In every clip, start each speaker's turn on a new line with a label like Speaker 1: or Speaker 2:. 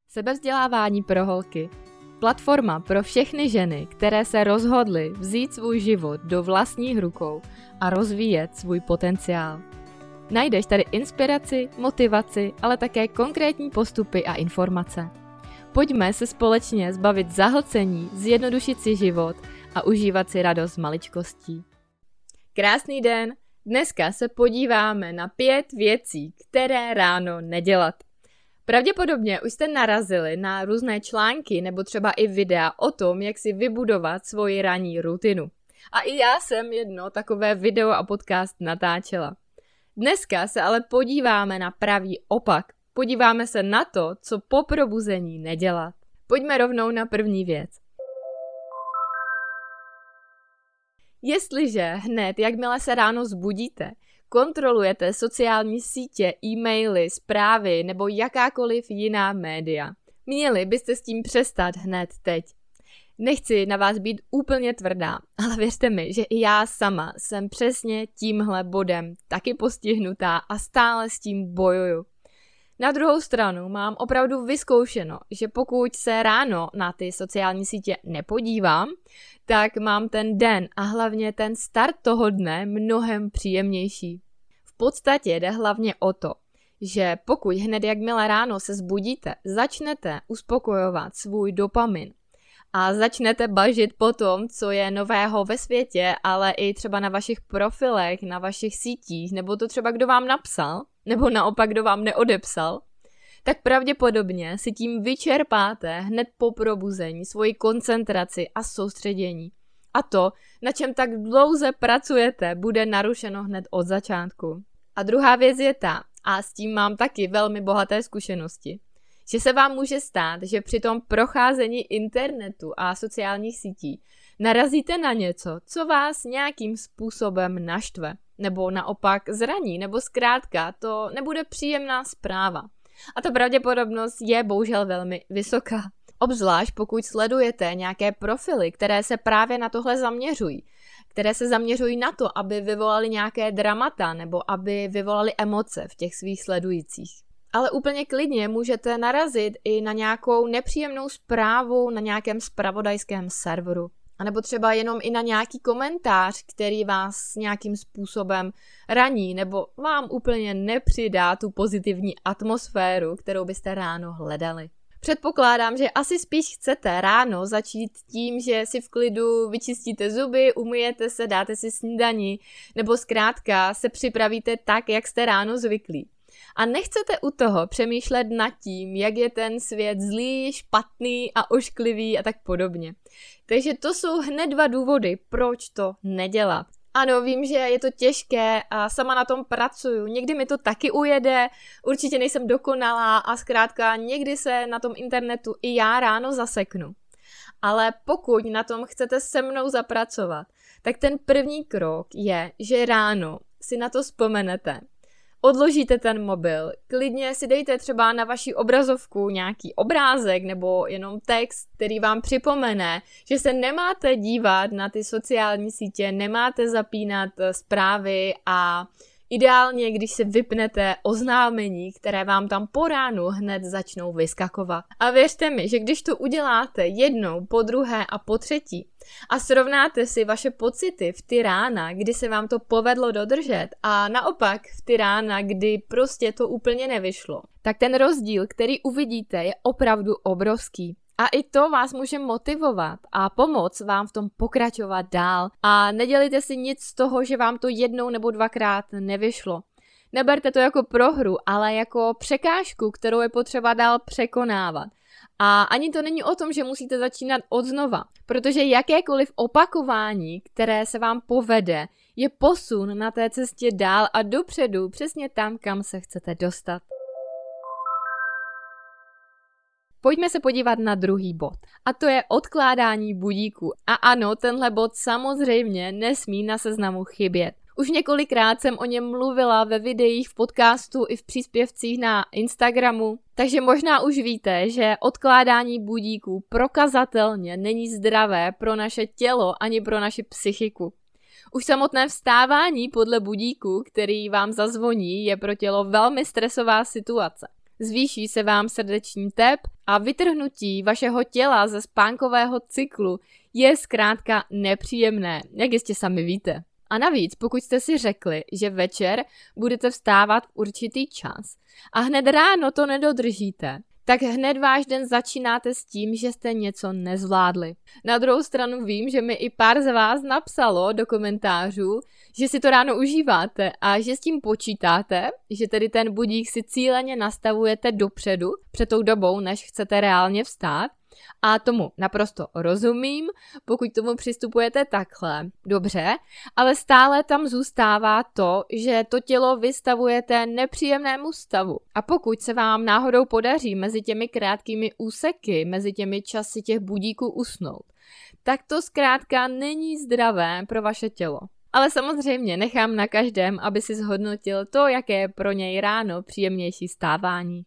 Speaker 1: Sebevzdělávání pro holky. Platforma pro všechny ženy, které se rozhodly vzít svůj život do vlastních rukou a rozvíjet svůj potenciál. Najdeš tady inspiraci, motivaci, ale také konkrétní postupy a informace. Pojďme se společně zbavit zahlcení, zjednodušit si život a užívat si radost z maličkostí. Krásný den! Dneska se podíváme na 5 věcí, které ráno nedělat. Pravděpodobně už jste narazili na různé články nebo třeba i videa o tom, jak si vybudovat svoji ranní rutinu. A i já jsem jedno takové video a podcast natáčela. Dneska se ale podíváme na pravý opak. Podíváme se na to, co po probuzení nedělat. Pojďme rovnou na první věc. Jestliže hned, jakmile se ráno zbudíte, kontrolujete sociální sítě, e-maily, zprávy nebo jakákoliv jiná média, měli byste s tím přestat hned teď. Nechci na vás být úplně tvrdá, ale věřte mi, že i já sama jsem přesně tímhle bodem taky postihnutá a stále s tím bojuju. Na druhou stranu mám opravdu vyzkoušeno, že pokud se ráno na ty sociální sítě nepodívám, tak mám ten den a hlavně ten start toho dne mnohem příjemnější. V podstatě jde hlavně o to, že pokud hned jakmile ráno se zbudíte, začnete uspokojovat svůj dopamin a začnete bažit po tom, co je nového ve světě, ale i třeba na vašich profilech, na vašich sítích, nebo to třeba kdo vám napsal, nebo naopak kdo vám neodepsal, tak pravděpodobně si tím vyčerpáte hned po probuzení svoji koncentraci a soustředění. A to, na čem tak dlouze pracujete, bude narušeno hned od začátku. A druhá věc je ta, a s tím mám taky velmi bohaté zkušenosti, že se vám může stát, že při tom procházení internetu a sociálních sítí narazíte na něco, co vás nějakým způsobem naštve, nebo naopak zraní, nebo zkrátka to nebude příjemná zpráva. A ta pravděpodobnost je bohužel velmi vysoká. Obzvlášť pokud sledujete nějaké profily, které se právě na tohle zaměřují, které se zaměřují na to, aby vyvolali nějaké dramata nebo aby vyvolali emoce v těch svých sledujících. Ale úplně klidně můžete narazit i na nějakou nepříjemnou zprávu na nějakém zpravodajském serveru. A nebo třeba jenom i na nějaký komentář, který vás nějakým způsobem raní nebo vám úplně nepřidá tu pozitivní atmosféru, kterou byste ráno hledali. Předpokládám, že asi spíš chcete ráno začít tím, že si v klidu vyčistíte zuby, umyjete se, dáte si snídani nebo zkrátka se připravíte tak, jak jste ráno zvyklí. A nechcete u toho přemýšlet nad tím, jak je ten svět zlý, špatný a ošklivý a tak podobně. Takže to jsou hned 2 důvody, proč to nedělat. Ano, vím, že je to těžké a sama na tom pracuju. Někdy mi to taky ujede, určitě nejsem dokonalá a zkrátka někdy se na tom internetu i já ráno zaseknu. Ale pokud na tom chcete se mnou zapracovat, tak ten první krok je, že ráno si na to vzpomenete. Odložíte ten mobil, klidně si dejte třeba na vaši obrazovku nějaký obrázek nebo jenom text, který vám připomene, že se nemáte dívat na ty sociální sítě, nemáte zapínat zprávy a ideálně, když se vypnete oznámení, které vám tam po ránu hned začnou vyskakovat. A věřte mi, že když to uděláte jednou, po druhé a po třetí a srovnáte si vaše pocity v ty rána, kdy se vám to povedlo dodržet a naopak v ty rána, kdy prostě to úplně nevyšlo, tak ten rozdíl, který uvidíte, je opravdu obrovský. A i to vás může motivovat a pomoct vám v tom pokračovat dál. A nedělejte si nic z toho, že vám to 1 nebo 2krát nevyšlo. Neberte to jako prohru, ale jako překážku, kterou je potřeba dál překonávat. A ani to není o tom, že musíte začínat odznova, protože jakékoliv opakování, které se vám povede, je posun na té cestě dál a dopředu, přesně tam, kam se chcete dostat. Pojďme se podívat na druhý bod. A to je odkládání budíku. A ano, tenhle bod samozřejmě nesmí na seznamu chybět. Už několikrát jsem o něm mluvila ve videích, v podcastu i v příspěvcích na Instagramu, takže možná už víte, že odkládání budíků prokazatelně není zdravé pro naše tělo ani pro naši psychiku. Už samotné vstávání podle budíku, který vám zazvoní, je pro tělo velmi stresová situace. Zvýší se vám srdeční tep a vytrhnutí vašeho těla ze spánkového cyklu je zkrátka nepříjemné, jak jistě sami víte. A navíc, pokud jste si řekli, že večer budete vstávat v určitý čas a hned ráno to nedodržíte, tak hned váš den začínáte s tím, že jste něco nezvládli. Na druhou stranu vím, že mi i pár z vás napsalo do komentářů, že si to ráno užíváte a že s tím počítáte, že tedy ten budík si cíleně nastavujete dopředu, před tou dobou, než chcete reálně vstát. A tomu naprosto rozumím, pokud tomu přistupujete takhle, dobře, ale stále tam zůstává to, že to tělo vystavujete nepříjemnému stavu. A pokud se vám náhodou podaří mezi těmi krátkými úseky, mezi těmi časy těch budíků usnout, tak to zkrátka není zdravé pro vaše tělo. Ale samozřejmě nechám na každém, aby si zhodnotil to, jaké je pro něj ráno příjemnější stávání.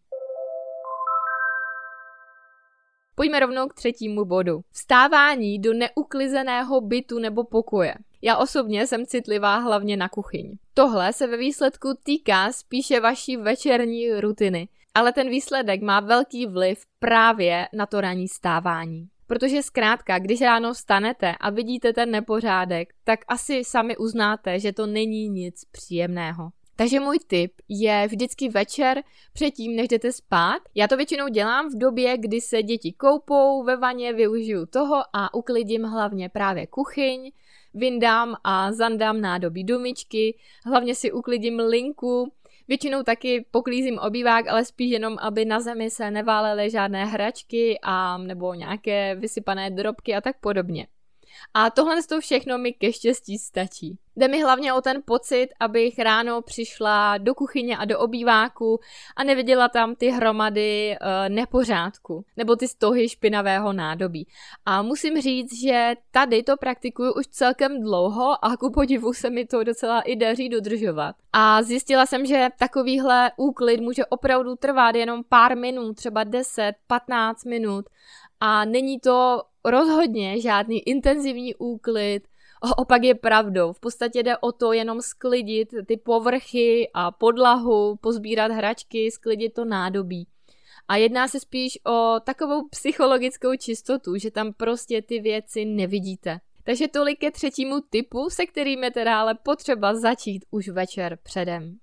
Speaker 1: Pojďme rovnou k třetímu bodu. Vstávání do neuklizeného bytu nebo pokoje. Já osobně jsem citlivá hlavně na kuchyň. Tohle se ve výsledku týká spíše vaší večerní rutiny, ale ten výsledek má velký vliv právě na to ranní stávání. Protože zkrátka, když ráno vstanete a vidíte ten nepořádek, tak asi sami uznáte, že to není nic příjemného. Takže můj tip je vždycky večer předtím, než jdete spát. Já to většinou dělám v době, kdy se děti koupou, ve vaně využiju toho a uklidím hlavně právě kuchyň, vyndám a zandám nádobí do myčky, hlavně si uklidím linku, většinou taky poklízím obývák, ale spíš jenom, aby na zemi se neválely žádné hračky a nebo nějaké vysypané drobky a tak podobně. A tohle to všechno mi ke štěstí stačí. Jde mi hlavně o ten pocit, abych ráno přišla do kuchyně a do obýváku a neviděla tam ty hromady nepořádku nebo ty stohy špinavého nádobí. A musím říct, že tady to praktikuju už celkem dlouho a ku podivu se mi to docela i daří dodržovat. A zjistila jsem, že takovýhle úklid může opravdu trvat jenom pár minut, třeba 10-15 minut a není to rozhodně žádný intenzivní úklid. Opak je pravdou. V podstatě jde o to jenom sklidit ty povrchy a podlahu, pozbírat hračky, sklidit to nádobí. A jedná se spíš o takovou psychologickou čistotu, že tam prostě ty věci nevidíte. Takže tolik ke třetímu tipu, se kterým je teda ale potřeba začít už večer předem.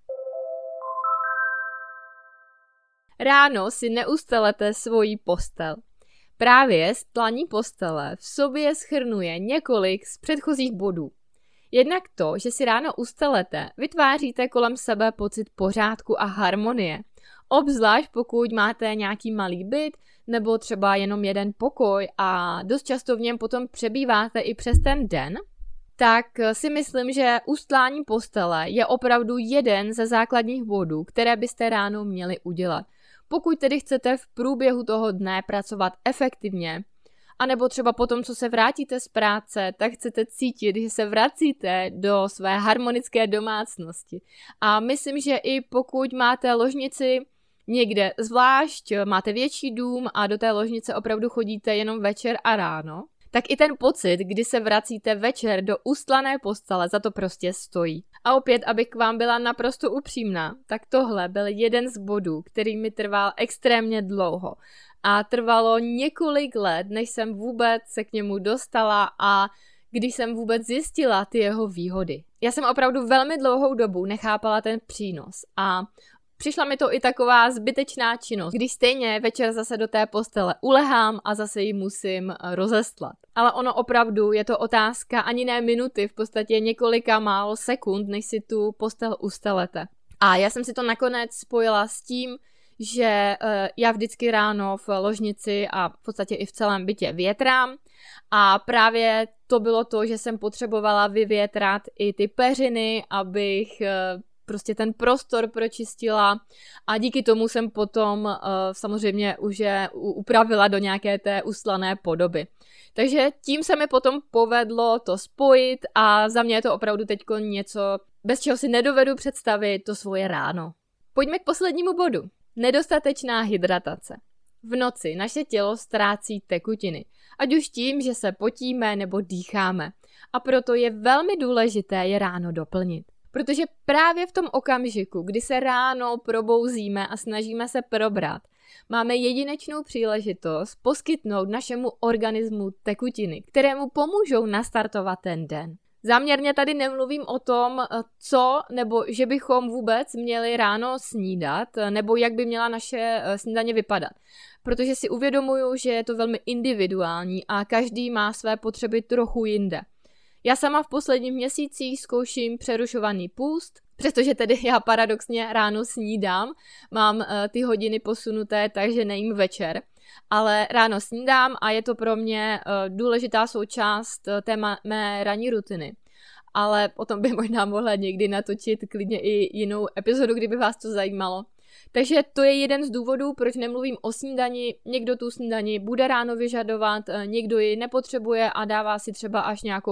Speaker 1: Ráno si neustelete svoji postel. Právě stlání postele v sobě shrnuje několik z předchozích bodů. Jednak to, že si ráno ustelete, vytváříte kolem sebe pocit pořádku a harmonie. Obzvlášť pokud máte nějaký malý byt nebo třeba jenom jeden pokoj a dost často v něm potom přebýváte i přes ten den, tak si myslím, že ustlání postele je opravdu jeden ze základních bodů, které byste ráno měli udělat. Pokud tedy chcete v průběhu toho dne pracovat efektivně, anebo třeba potom, co se vrátíte z práce, tak chcete cítit, že se vracíte do své harmonické domácnosti. A myslím, že i pokud máte ložnici někde zvlášť, máte větší dům a do té ložnice opravdu chodíte jenom večer a ráno, tak i ten pocit, kdy se vracíte večer do ustlané postele, za to prostě stojí. A opět, abych k vám byla naprosto upřímná, tak tohle byl jeden z bodů, který mi trval extrémně dlouho. A trvalo několik let, než jsem vůbec se k němu dostala a když jsem vůbec zjistila ty jeho výhody. Já jsem opravdu velmi dlouhou dobu nechápala ten přínos a přišla mi to i taková zbytečná činnost, když stejně večer zase do té postele ulehám a zase ji musím rozestlat. Ale ono opravdu je to otázka ani ne minuty, v podstatě několika málo sekund, než si tu postel ustelete. A já jsem si to nakonec spojila s tím, že já vždycky ráno v ložnici a v podstatě i v celém bytě větrám a právě to bylo to, že jsem potřebovala vyvětrat i ty peřiny, abych prostě ten prostor pročistila a díky tomu jsem potom samozřejmě už je upravila do nějaké té ustlané podoby. Takže tím se mi potom povedlo to spojit a za mě je to opravdu teďko něco, bez čeho si nedovedu představit to svoje ráno. Pojďme k poslednímu bodu. Nedostatečná hydratace. V noci naše tělo ztrácí tekutiny, ať už tím, že se potíme nebo dýcháme. A proto je velmi důležité je ráno doplnit. Protože právě v tom okamžiku, kdy se ráno probouzíme a snažíme se probrat, máme jedinečnou příležitost poskytnout našemu organismu tekutiny, které mu pomůžou nastartovat ten den. Záměrně tady nemluvím o tom, co nebo že bychom vůbec měli ráno snídat, nebo jak by měla naše snídaně vypadat. Protože si uvědomuju, že je to velmi individuální a každý má své potřeby trochu jinde. Já sama v posledních měsících zkouším přerušovaný půst, přestože tedy já paradoxně ráno snídám, mám ty hodiny posunuté, takže nejím večer, ale ráno snídám a je to pro mě důležitá součást té mé ranní rutiny. Ale o tom by možná mohla někdy natočit klidně i jinou epizodu, kdyby vás to zajímalo. Takže to je jeden z důvodů, proč nemluvím o snídani. Někdo tu snídani bude ráno vyžadovat, někdo ji nepotřebuje a dává si třeba až nějakou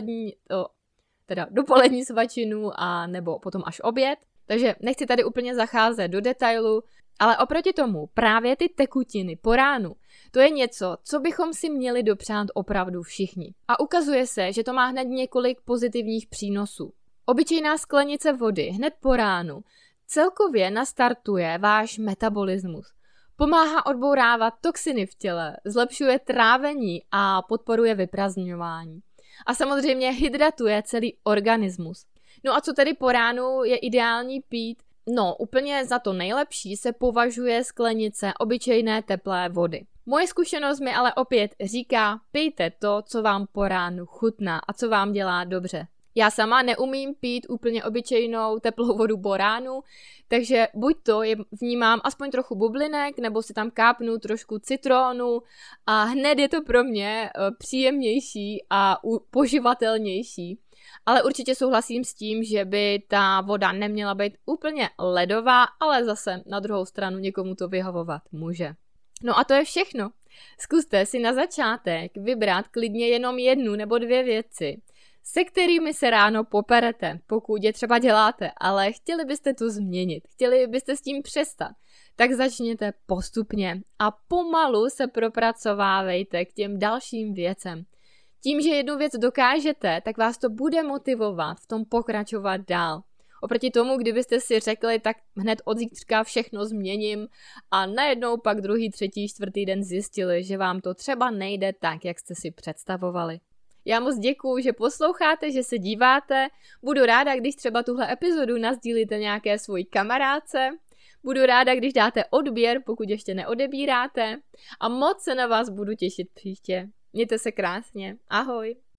Speaker 1: dopolední svačinu a nebo potom až oběd. Takže nechci tady úplně zacházet do detailu, ale oproti tomu právě ty tekutiny po ránu, to je něco, co bychom si měli dopřát opravdu všichni. A ukazuje se, že to má hned několik pozitivních přínosů. Obyčejná sklenice vody hned po ránu celkově nastartuje váš metabolismus. Pomáhá odbourávat toxiny v těle, zlepšuje trávení a podporuje vyprazdňování. A samozřejmě hydratuje celý organismus. No a co tedy po ránu je ideální pít? No, úplně za to nejlepší se považuje sklenice obyčejné teplé vody. Moje zkušenost mi ale opět říká, pijte to, co vám po ránu chutná a co vám dělá dobře. Já sama neumím pít úplně obyčejnou teplou vodu po ránu, takže buď to vnímám aspoň trochu bublinek, nebo si tam kápnu trošku citronu a hned je to pro mě příjemnější a poživatelnější. Ale určitě souhlasím s tím, že by ta voda neměla být úplně ledová, ale zase na druhou stranu někomu to vyhovovat může. No a to je všechno. Zkuste si na začátek vybrat klidně jenom 1 nebo 2 věci, se kterými se ráno poperete, pokud je třeba děláte, ale chtěli byste to změnit, chtěli byste s tím přestat, tak začněte postupně a pomalu se propracovávejte k těm dalším věcem. Tím, že jednu věc dokážete, tak vás to bude motivovat v tom pokračovat dál. Oproti tomu, kdybyste si řekli, tak hned od zítřka všechno změním a najednou pak 2., 3., 4. den zjistili, že vám to třeba nejde tak, jak jste si představovali. Já moc děkuju, že posloucháte, že se díváte. Budu ráda, když třeba tuhle epizodu nasdílíte nějaké svojí kamarádce. Budu ráda, když dáte odběr, pokud ještě neodebíráte. A moc se na vás budu těšit příště. Mějte se krásně. Ahoj.